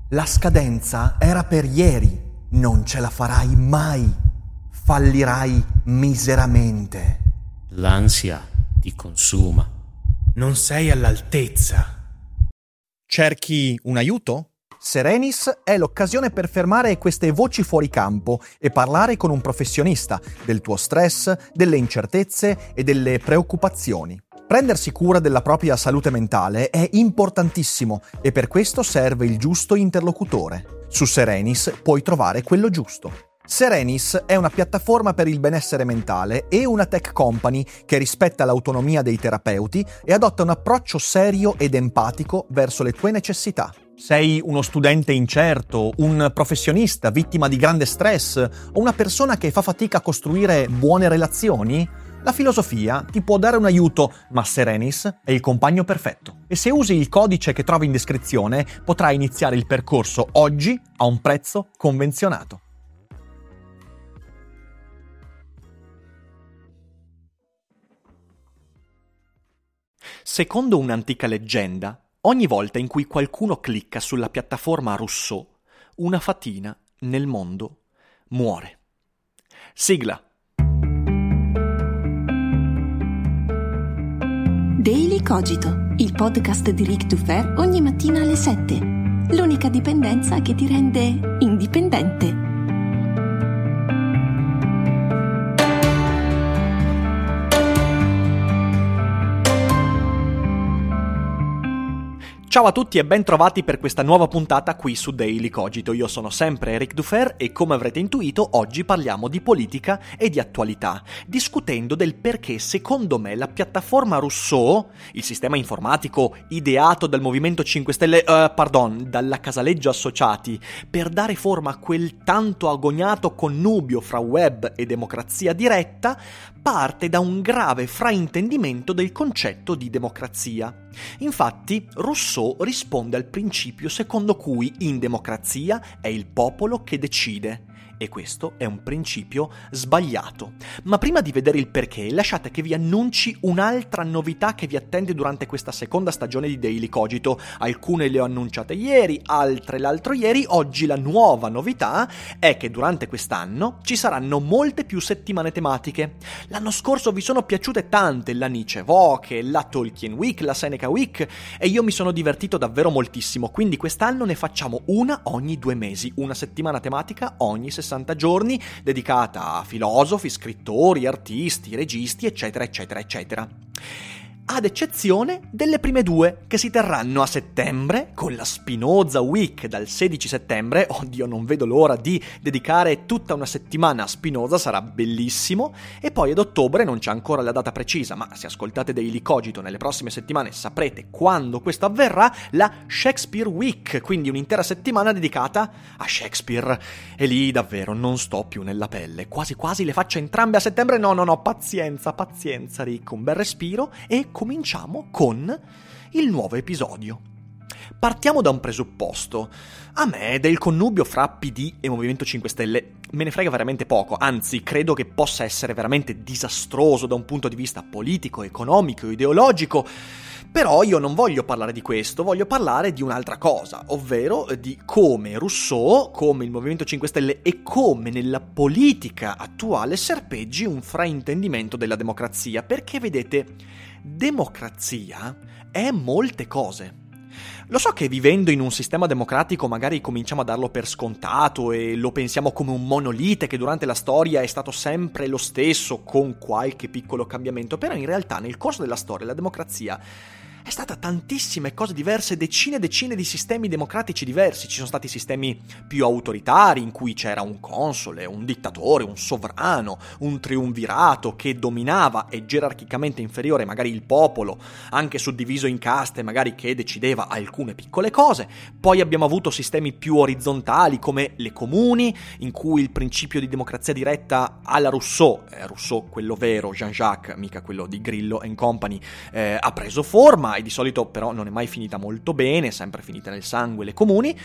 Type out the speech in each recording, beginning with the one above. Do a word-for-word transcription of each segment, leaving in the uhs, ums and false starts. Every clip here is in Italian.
La scadenza era per ieri, non ce la farai mai, fallirai miseramente. L'ansia ti consuma. Non sei all'altezza. Cerchi un aiuto? Serenis è l'occasione per fermare queste voci fuori campo e parlare con un professionista del tuo stress, delle incertezze e delle preoccupazioni. Prendersi cura della propria salute mentale è importantissimo e per questo serve il giusto interlocutore. Su Serenis puoi trovare quello giusto. Serenis è una piattaforma per il benessere mentale e una tech company che rispetta l'autonomia dei terapeuti e adotta un approccio serio ed empatico verso le tue necessità. Sei uno studente incerto, un professionista vittima di grande stress o una persona che fa fatica a costruire buone relazioni? La filosofia ti può dare un aiuto, ma Serenis è il compagno perfetto. E se usi il codice che trovi in descrizione, potrai iniziare il percorso oggi a un prezzo convenzionato. Secondo un'antica leggenda, ogni volta in cui qualcuno clicca sulla piattaforma Rousseau, una fatina nel mondo muore. Sigla. Daily Cogito, il podcast di Ric Dufer ogni mattina alle sette. L'unica dipendenza che ti rende indipendente. Ciao a tutti e ben trovati per questa nuova puntata qui su Daily Cogito. Io sono sempre Eric Dufer e come avrete intuito oggi parliamo di politica e di attualità, discutendo del perché secondo me la piattaforma Rousseau, il sistema informatico ideato dal Movimento cinque Stelle, uh, pardon, dalla Casaleggio Associati, per dare forma a quel tanto agognato connubio fra web e democrazia diretta, parte da un grave fraintendimento del concetto di democrazia. Infatti, Rousseau risponde al principio secondo cui in democrazia è il popolo che decide. E questo è un principio sbagliato. Ma prima di vedere il perché, lasciate che vi annunci un'altra novità che vi attende durante questa seconda stagione di Daily Cogito. Alcune le ho annunciate ieri, altre l'altro ieri. Oggi la nuova novità è che durante quest'anno ci saranno molte più settimane tematiche. L'anno scorso vi sono piaciute tante, la Nietzsche Woche, la Tolkien Week, la Seneca Week, e io mi sono divertito davvero moltissimo, quindi quest'anno ne facciamo una ogni due mesi, una settimana tematica ogni sessanta giorni dedicata a filosofi, scrittori, artisti, registi, eccetera, eccetera, eccetera. Ad eccezione delle prime due, che si terranno a settembre, con la Spinoza Week dal sedici settembre. Oddio, non vedo l'ora di dedicare tutta una settimana a Spinoza, sarà bellissimo. E poi ad ottobre, non c'è ancora la data precisa, ma se ascoltate Daily Cogito nelle prossime settimane saprete quando questo avverrà, la Shakespeare Week, quindi un'intera settimana dedicata a Shakespeare. E lì davvero non sto più nella pelle, quasi quasi le faccio entrambe a settembre. No, no, no, pazienza, pazienza, Rick, un bel respiro e cominciamo con il nuovo episodio. Partiamo da un presupposto. A me del connubio fra P D e Movimento cinque Stelle me ne frega veramente poco, anzi credo che possa essere veramente disastroso da un punto di vista politico, economico, ideologico. Però io non voglio parlare di questo, voglio parlare di un'altra cosa, ovvero di come Rousseau, come il Movimento cinque Stelle e come nella politica attuale serpeggi un fraintendimento della democrazia, perché vedete, democrazia è molte cose. Lo so che vivendo in un sistema democratico magari cominciamo a darlo per scontato e lo pensiamo come un monolite che durante la storia è stato sempre lo stesso con qualche piccolo cambiamento, però in realtà nel corso della storia la democrazia è stata tantissime cose diverse, decine e decine di sistemi democratici diversi. Ci sono stati sistemi più autoritari in cui c'era un console, un dittatore, un sovrano, un triumvirato che dominava e gerarchicamente inferiore magari il popolo, anche suddiviso in caste magari che decideva alcune piccole cose. Poi abbiamo avuto sistemi più orizzontali come le comuni, in cui il principio di democrazia diretta alla Rousseau, eh, Rousseau quello vero, Jean-Jacques, mica quello di Grillo and Company, eh, ha preso forma e di solito però non è mai finita molto bene, sempre finita nel sangue le comuni.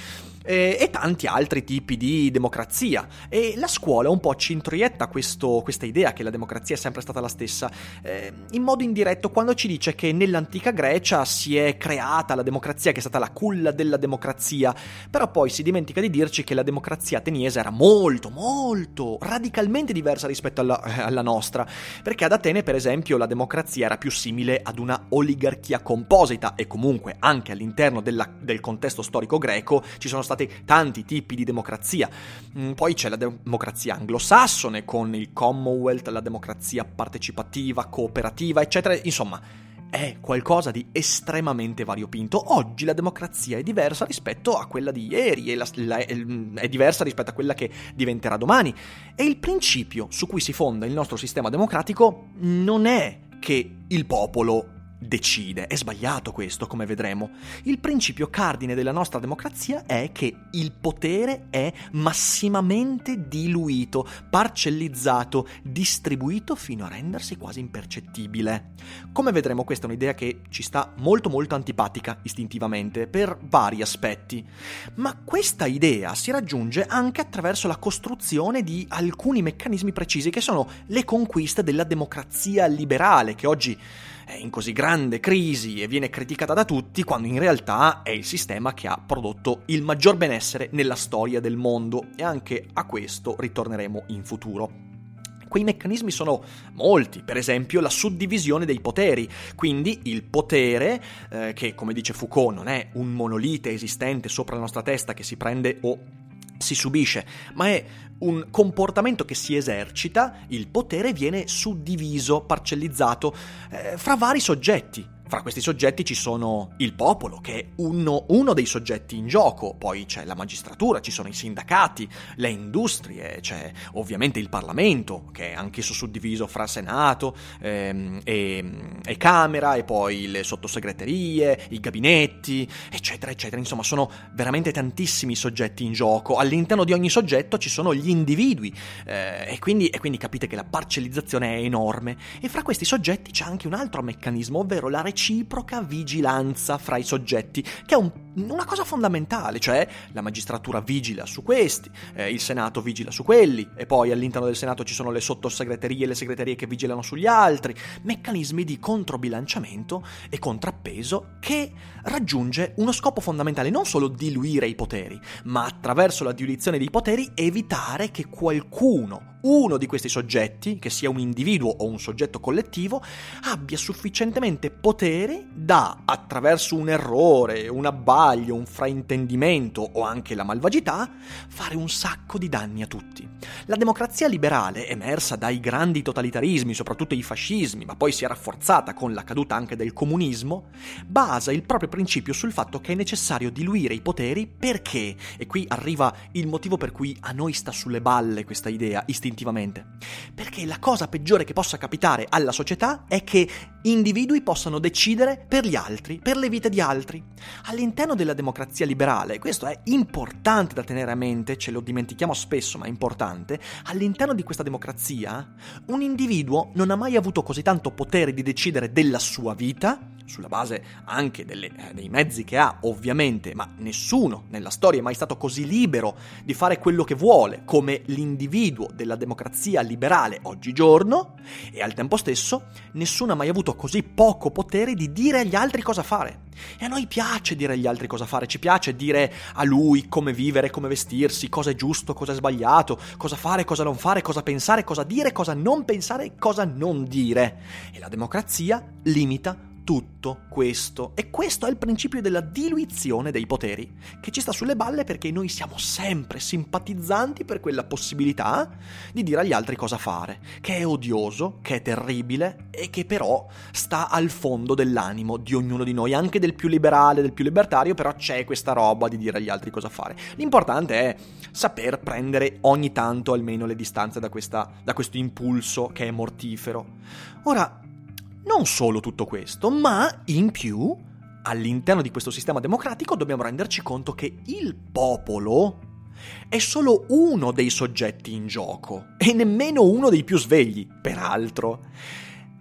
e, e tanti altri tipi di democrazia. E la scuola un po' ci introietta questo, questa idea che la democrazia è sempre stata la stessa, eh, in modo indiretto, quando ci dice che nell'antica Grecia si è creata la democrazia, che è stata la culla della democrazia, però poi si dimentica di dirci che la democrazia ateniese era molto, molto, radicalmente diversa rispetto alla, alla nostra, perché ad Atene, per esempio, la democrazia era più simile ad una oligarchia composita, e comunque anche all'interno della, del contesto storico greco ci sono stati tanti tipi di democrazia. Poi c'è la democrazia anglosassone con il Commonwealth, la democrazia partecipativa, cooperativa, eccetera. Insomma, è qualcosa di estremamente variopinto. Oggi la democrazia è diversa rispetto a quella di ieri, e la, la, è diversa rispetto a quella che diventerà domani. E il principio su cui si fonda il nostro sistema democratico non è che il popolo decide. È sbagliato questo, come vedremo. Il principio cardine della nostra democrazia è che il potere è massimamente diluito, parcellizzato, distribuito fino a rendersi quasi impercettibile. Come vedremo, questa è un'idea che ci sta molto molto antipatica istintivamente per vari aspetti. Ma questa idea si raggiunge anche attraverso la costruzione di alcuni meccanismi precisi, che sono le conquiste della democrazia liberale, che oggi è in così grande crisi e viene criticata da tutti, quando in realtà è il sistema che ha prodotto il maggior benessere nella storia del mondo, e anche a questo ritorneremo in futuro. Quei meccanismi sono molti, per esempio la suddivisione dei poteri, quindi il potere, eh, che come dice Foucault non è un monolite esistente sopra la nostra testa che si prende o si subisce, ma è un comportamento che si esercita. Il potere viene suddiviso, parcellizzato eh, fra vari soggetti. Fra questi soggetti ci sono il popolo, che è uno, uno dei soggetti in gioco, poi c'è la magistratura, ci sono i sindacati, le industrie, c'è ovviamente il Parlamento, che è anch'esso suddiviso fra Senato ehm, e, e Camera, e poi le sottosegreterie, i gabinetti, eccetera, eccetera. Insomma, sono veramente tantissimi soggetti in gioco. All'interno di ogni soggetto ci sono gli individui, eh, e, quindi, e quindi capite che la parcellizzazione è enorme. E fra questi soggetti c'è anche un altro meccanismo, ovvero la reciproca vigilanza fra i soggetti, che è un, una cosa fondamentale, cioè la magistratura vigila su questi, eh, il Senato vigila su quelli, e poi all'interno del Senato ci sono le sottosegreterie e le segreterie che vigilano sugli altri, meccanismi di controbilanciamento e contrappeso che raggiunge uno scopo fondamentale: non solo diluire i poteri, ma attraverso la diluizione dei poteri evitare che qualcuno, uno di questi soggetti, che sia un individuo o un soggetto collettivo, abbia sufficientemente potere da, attraverso un errore, un abbaglio, un fraintendimento o anche la malvagità, fare un sacco di danni a tutti. La democrazia liberale, emersa dai grandi totalitarismi, soprattutto i fascismi, ma poi si è rafforzata con la caduta anche del comunismo, basa il proprio principio sul fatto che è necessario diluire i poteri perché, e qui arriva il motivo per cui a noi sta sulle balle questa idea istintivamente, perché la cosa peggiore che possa capitare alla società è che individui possano decidere per gli altri, per le vite di altri. All'interno della democrazia liberale, questo è importante da tenere a mente, ce lo dimentichiamo spesso ma è importante, all'interno di questa democrazia un individuo non ha mai avuto così tanto potere di decidere della sua vita, sulla base anche delle, eh, dei mezzi che ha ovviamente, ma nessuno nella storia è mai stato così libero di fare quello che vuole come l'individuo della democrazia liberale oggigiorno, e al tempo stesso nessuno ha mai avuto così poco potere di dire agli altri cosa fare. E a noi piace dire agli altri cosa fare, ci piace dire a lui come vivere, come vestirsi, cosa è giusto, cosa è sbagliato, cosa fare, cosa non fare, cosa pensare, cosa dire, cosa non pensare, cosa non dire. E la democrazia limita tutto questo, e questo è il principio della diluizione dei poteri, che ci sta sulle balle perché noi siamo sempre simpatizzanti per quella possibilità di dire agli altri cosa fare, che è odioso, che è terribile e che però sta al fondo dell'animo di ognuno di noi, anche del più liberale, del più libertario, però c'è questa roba di dire agli altri cosa fare. L'importante è saper prendere ogni tanto almeno le distanze da, questa, da questo impulso che è mortifero. Ora, non solo tutto questo, ma in più, all'interno di questo sistema democratico dobbiamo renderci conto che il popolo è solo uno dei soggetti in gioco, e nemmeno uno dei più svegli, peraltro.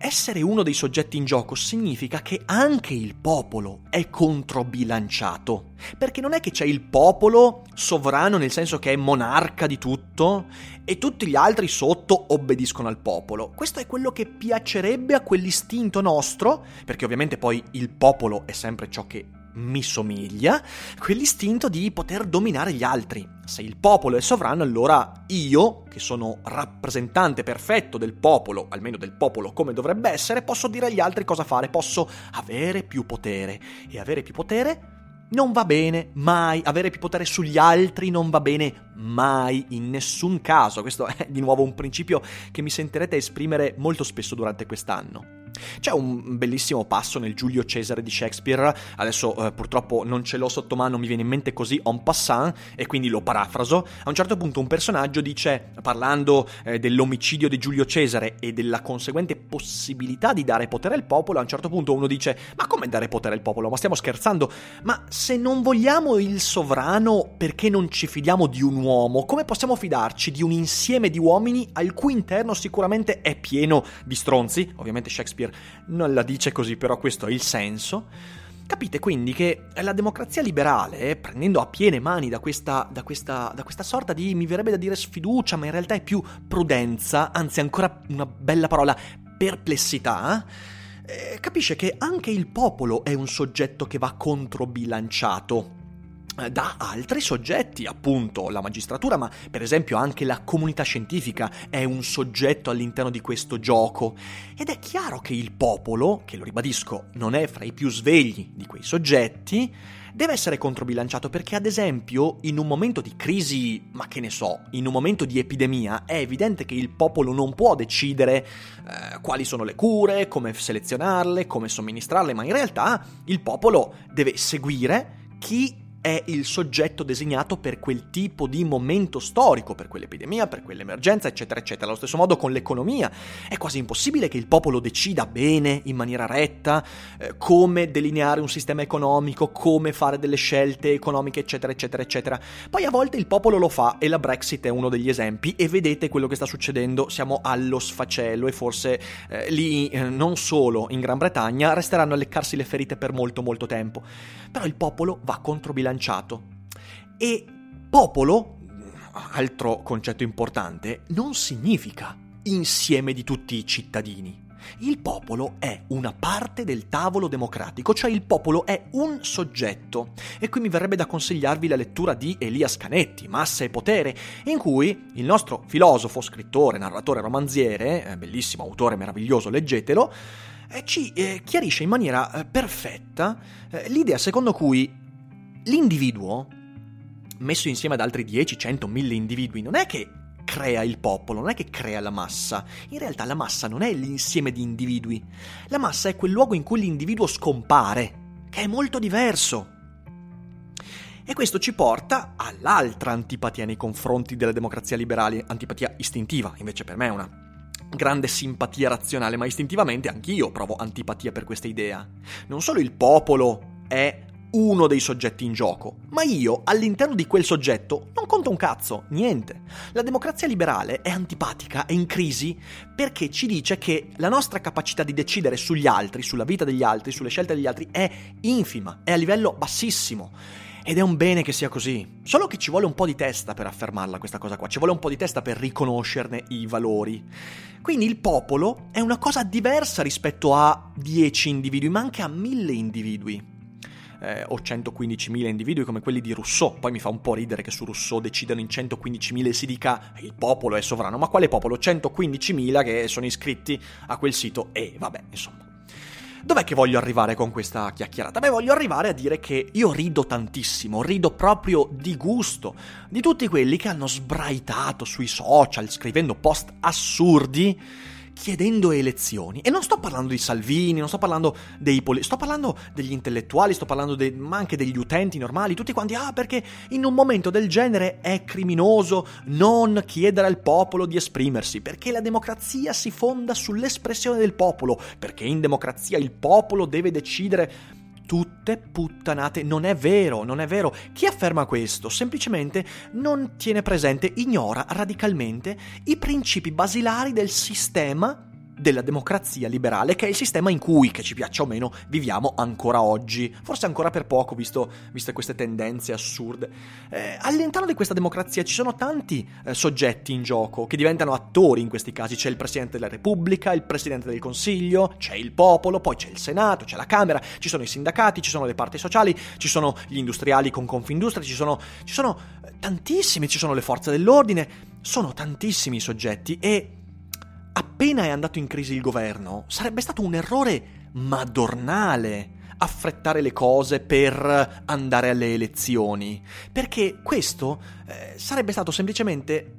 essere uno dei soggetti in gioco significa che anche il popolo è controbilanciato, perché non è che c'è il popolo sovrano nel senso che è monarca di tutto e tutti gli altri sotto obbediscono al popolo. Questo è quello che piacerebbe a quell'istinto nostro, perché ovviamente poi il popolo è sempre ciò che mi somiglia, quell'istinto di poter dominare gli altri. Se il popolo è sovrano, allora io, che sono rappresentante perfetto del popolo, almeno del popolo come dovrebbe essere, posso dire agli altri cosa fare, posso avere più potere. E avere più potere non va bene mai, avere più potere sugli altri non va bene mai, in nessun caso. Questo è di nuovo un principio che mi sentirete esprimere molto spesso durante quest'anno. C'è un bellissimo passo nel Giulio Cesare di Shakespeare, adesso eh, purtroppo non ce l'ho sotto mano, mi viene in mente così en passant e quindi lo parafraso. A un certo punto un personaggio dice, parlando eh, dell'omicidio di Giulio Cesare e della conseguente possibilità di dare potere al popolo, a un certo punto uno dice: ma come dare potere al popolo? Ma stiamo scherzando? Ma se non vogliamo il sovrano perché non ci fidiamo di un uomo, come possiamo fidarci di un insieme di uomini al cui interno sicuramente è pieno di stronzi? Ovviamente Shakespeare non la dice così, però questo è il senso. Capite quindi che la democrazia liberale, prendendo a piene mani da questa, da questa, da questa sorta di, mi verrebbe da dire sfiducia, ma in realtà è più prudenza, anzi ancora una bella parola, perplessità, eh, capisce che anche il popolo è un soggetto che va controbilanciato da altri soggetti, appunto la magistratura, ma per esempio anche la comunità scientifica è un soggetto all'interno di questo gioco. Ed è chiaro che il popolo, che lo ribadisco non è fra i più svegli di quei soggetti, deve essere controbilanciato, perché ad esempio in un momento di crisi, ma che ne so, in un momento di epidemia, è evidente che il popolo non può decidere eh, quali sono le cure, come selezionarle, come somministrarle, ma in realtà il popolo deve seguire chi è il soggetto designato per quel tipo di momento storico, per quell'epidemia, per quell'emergenza, eccetera, eccetera. Allo stesso modo con l'economia. È quasi impossibile che il popolo decida bene, in maniera retta, eh, come delineare un sistema economico, come fare delle scelte economiche, eccetera, eccetera, eccetera. Poi a volte il popolo lo fa, e la Brexit è uno degli esempi, e vedete quello che sta succedendo, siamo allo sfacelo, e forse eh, lì, eh, non solo in Gran Bretagna, resteranno a leccarsi le ferite per molto molto tempo. Però il popolo va controbilanciato. E popolo, altro concetto importante, non significa insieme di tutti i cittadini. Il popolo è una parte del tavolo democratico, cioè il popolo è un soggetto. E qui mi verrebbe da consigliarvi la lettura di Elias Canetti, Massa e potere, in cui il nostro filosofo, scrittore, narratore, romanziere, eh, bellissimo autore, meraviglioso, leggetelo, eh, ci eh, chiarisce in maniera eh, perfetta eh, l'idea secondo cui l'individuo, messo insieme ad altri dieci, cento, mille individui, non è che crea il popolo, non è che crea la massa. In realtà la massa non è l'insieme di individui. La massa è quel luogo in cui l'individuo scompare, che è molto diverso. E questo ci porta all'altra antipatia nei confronti della democrazia liberale, antipatia istintiva. Invece per me è una grande simpatia razionale, ma istintivamente anch'io provo antipatia per questa idea. Non solo il popolo è uno dei soggetti in gioco, ma io all'interno di quel soggetto non conto un cazzo, niente. La democrazia liberale è antipatica, è in crisi, perché ci dice che la nostra capacità di decidere sugli altri, sulla vita degli altri, sulle scelte degli altri è infima, è a livello bassissimo. Ed è un bene che sia così, solo che ci vuole un po' di testa per affermarla questa cosa qua, ci vuole un po' di testa per riconoscerne i valori. Quindi il popolo è una cosa diversa rispetto a dieci individui, ma anche a mille individui. Eh, o centoquindicimila individui come quelli di Rousseau. Poi mi fa un po' ridere che su Rousseau decidano in centoquindicimila e si dica il popolo è sovrano. Ma quale popolo? centoquindicimila che sono iscritti a quel sito. E vabbè, insomma. Dov'è che voglio arrivare con questa chiacchierata? Beh, voglio arrivare a dire che io rido tantissimo, rido proprio di gusto di tutti quelli che hanno sbraitato sui social, scrivendo post assurdi, chiedendo elezioni. E non sto parlando di Salvini, non sto parlando dei politici, sto parlando degli intellettuali, sto parlando de- ma anche degli utenti normali, tutti quanti, ah, perché in un momento del genere è criminoso non chiedere al popolo di esprimersi, perché la democrazia si fonda sull'espressione del popolo, perché in democrazia il popolo deve decidere. Tutte puttanate, non è vero, non è vero. Chi afferma questo semplicemente non tiene presente, ignora radicalmente i principi basilari del sistema della democrazia liberale, che è il sistema in cui, che ci piaccia o meno, viviamo ancora oggi, forse ancora per poco, visto, viste queste tendenze assurde. Eh, all'interno di questa democrazia ci sono tanti eh, soggetti in gioco, che diventano attori in questi casi. C'è il Presidente della Repubblica, il Presidente del Consiglio, c'è il popolo, poi c'è il Senato, c'è la Camera, ci sono i sindacati, ci sono le parti sociali, ci sono gli industriali con Confindustria, ci sono, ci sono tantissimi, ci sono le forze dell'ordine, sono tantissimi soggetti, e appena è andato in crisi il governo sarebbe stato un errore madornale affrettare le cose per andare alle elezioni, perché questo eh, sarebbe stato semplicemente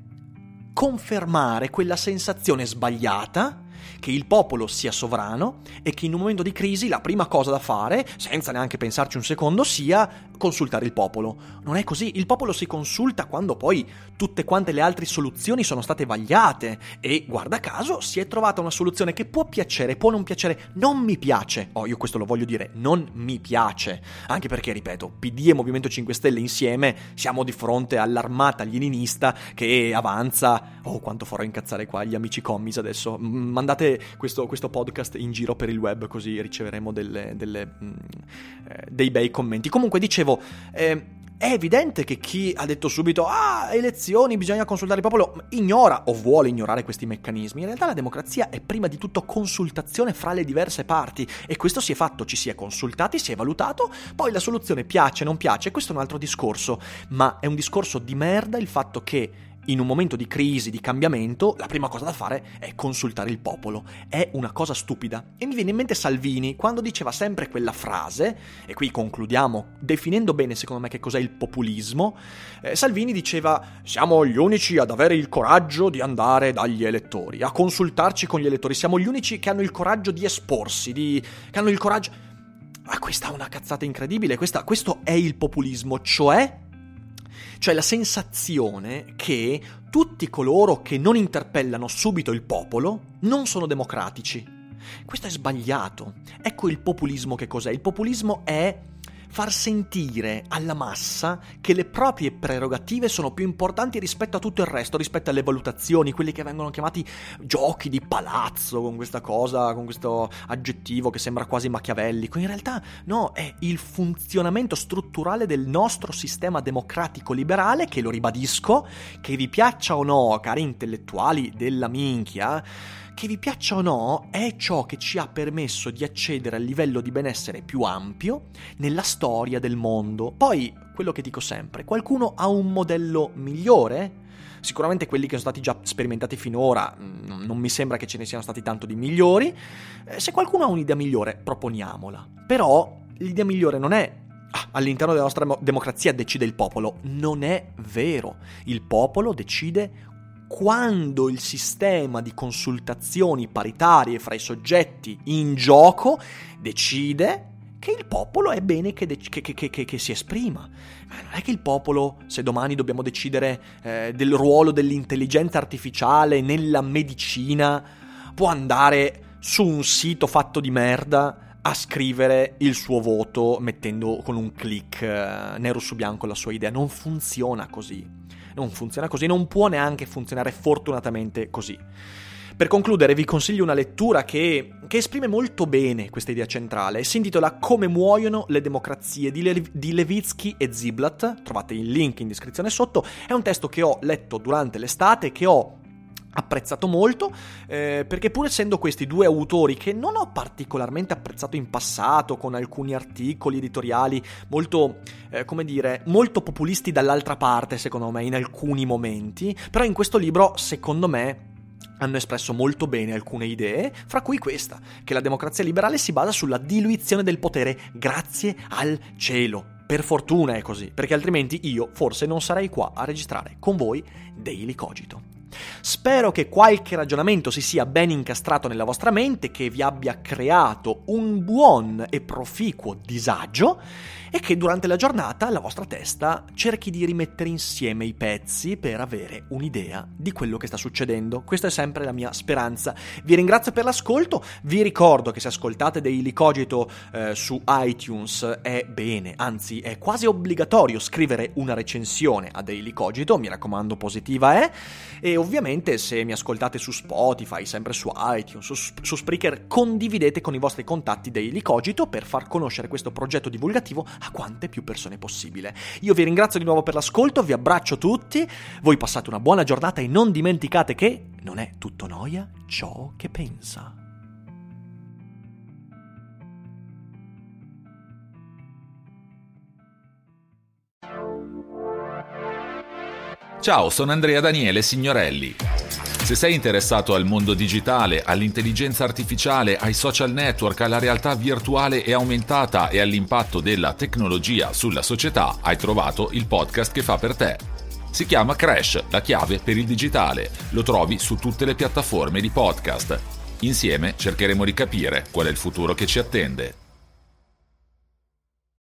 confermare quella sensazione sbagliata che il popolo sia sovrano e che in un momento di crisi la prima cosa da fare, senza neanche pensarci un secondo, sia consultare il popolo. Non è così, il popolo si consulta quando poi tutte quante le altre soluzioni sono state vagliate e, guarda caso, si è trovata una soluzione che può piacere, può non piacere, non mi piace. Oh, io questo lo voglio dire, non mi piace, anche perché, ripeto, P D e Movimento cinque Stelle insieme siamo di fronte all'armata leninista che avanza. Oh, quanto farò incazzare qua gli amici commis adesso. Mandate questo, questo podcast in giro per il web, così riceveremo delle, delle, mh, eh, dei bei commenti. Comunque, dicevo, eh, è evidente che chi ha detto subito ah, elezioni, bisogna consultare il popolo, ignora o vuole ignorare questi meccanismi. In realtà la democrazia è prima di tutto consultazione fra le diverse parti, e questo si è fatto, ci si è consultati, si è valutato, poi la soluzione piace, non piace, questo è un altro discorso, ma è un discorso di merda il fatto che in un momento di crisi, di cambiamento, la prima cosa da fare è consultare il popolo. È una cosa stupida. E mi viene in mente Salvini, quando diceva sempre quella frase, e qui concludiamo definendo bene secondo me che cos'è il populismo. eh, Salvini diceva: siamo gli unici ad avere il coraggio di andare dagli elettori, a consultarci con gli elettori, siamo gli unici che hanno il coraggio di esporsi, di... che hanno il coraggio... Ma questa è una cazzata incredibile, questa... questo è il populismo, cioè... Cioè la sensazione che tutti coloro che non interpellano subito il popolo non sono democratici. Questo è sbagliato. Ecco il populismo che cos'è. Il populismo è far sentire alla massa che le proprie prerogative sono più importanti rispetto a tutto il resto, rispetto alle valutazioni, quelli che vengono chiamati giochi di palazzo, con questa cosa, con questo aggettivo che sembra quasi machiavellico. In realtà no, è il funzionamento strutturale del nostro sistema democratico liberale, che, lo ribadisco, che vi piaccia o no, cari intellettuali della minchia, che vi piaccia o no, è ciò che ci ha permesso di accedere al livello di benessere più ampio nella storia del mondo. Poi, quello che dico sempre, qualcuno ha un modello migliore? Sicuramente quelli che sono stati già sperimentati finora, non mi sembra che ce ne siano stati tanto di migliori. Se qualcuno ha un'idea migliore, proponiamola. Però l'idea migliore non è ah, all'interno della nostra democrazia decide il popolo. Non è vero. Il popolo decide quando il sistema di consultazioni paritarie fra i soggetti in gioco decide che il popolo è bene che, de- che, che, che, che si esprima. Ma non è che il popolo, se domani dobbiamo decidere eh, del ruolo dell'intelligenza artificiale nella medicina, può andare su un sito fatto di merda a scrivere il suo voto mettendo con un click eh, nero su bianco la sua idea. Non funziona così. Non funziona così, non può neanche funzionare fortunatamente così. Per concludere vi consiglio una lettura che, che esprime molto bene questa idea centrale. Si intitola Come muoiono le democrazie di, Le- di Levitsky e Ziblatt. Trovate il link in descrizione sotto. È un testo che ho letto durante l'estate, che ho apprezzato molto, eh, perché pur essendo questi due autori che non ho particolarmente apprezzato in passato, con alcuni articoli editoriali molto, eh, come dire, molto populisti dall'altra parte, secondo me, in alcuni momenti, però in questo libro, secondo me, hanno espresso molto bene alcune idee, fra cui questa, che la democrazia liberale si basa sulla diluizione del potere, grazie al cielo. Per fortuna è così, perché altrimenti io forse non sarei qua a registrare con voi Daily Cogito. Spero che qualche ragionamento si sia ben incastrato nella vostra mente, che vi abbia creato un buon e proficuo disagio e che durante la giornata la vostra testa cerchi di rimettere insieme i pezzi per avere un'idea di quello che sta succedendo. Questa è sempre la mia speranza. Vi ringrazio per l'ascolto, vi ricordo che se ascoltate Daily Cogito eh, su iTunes è bene, anzi è quasi obbligatorio scrivere una recensione a Daily Cogito, mi raccomando, positiva è, e ovviamente se mi ascoltate su Spotify, sempre su iTunes, su, su Spreaker, condividete con i vostri contatti Daily Cogito per far conoscere questo progetto divulgativo a quante più persone possibile. Io vi ringrazio di nuovo per l'ascolto, vi abbraccio tutti, voi passate una buona giornata e non dimenticate che non è tutto noia ciò che pensa. Ciao, sono Andrea Daniele Signorelli. Se sei interessato al mondo digitale, all'intelligenza artificiale, ai social network, alla realtà virtuale e aumentata e all'impatto della tecnologia sulla società, hai trovato il podcast che fa per te. Si chiama Crash, la chiave per il digitale. Lo trovi su tutte le piattaforme di podcast. Insieme cercheremo di capire qual è il futuro che ci attende.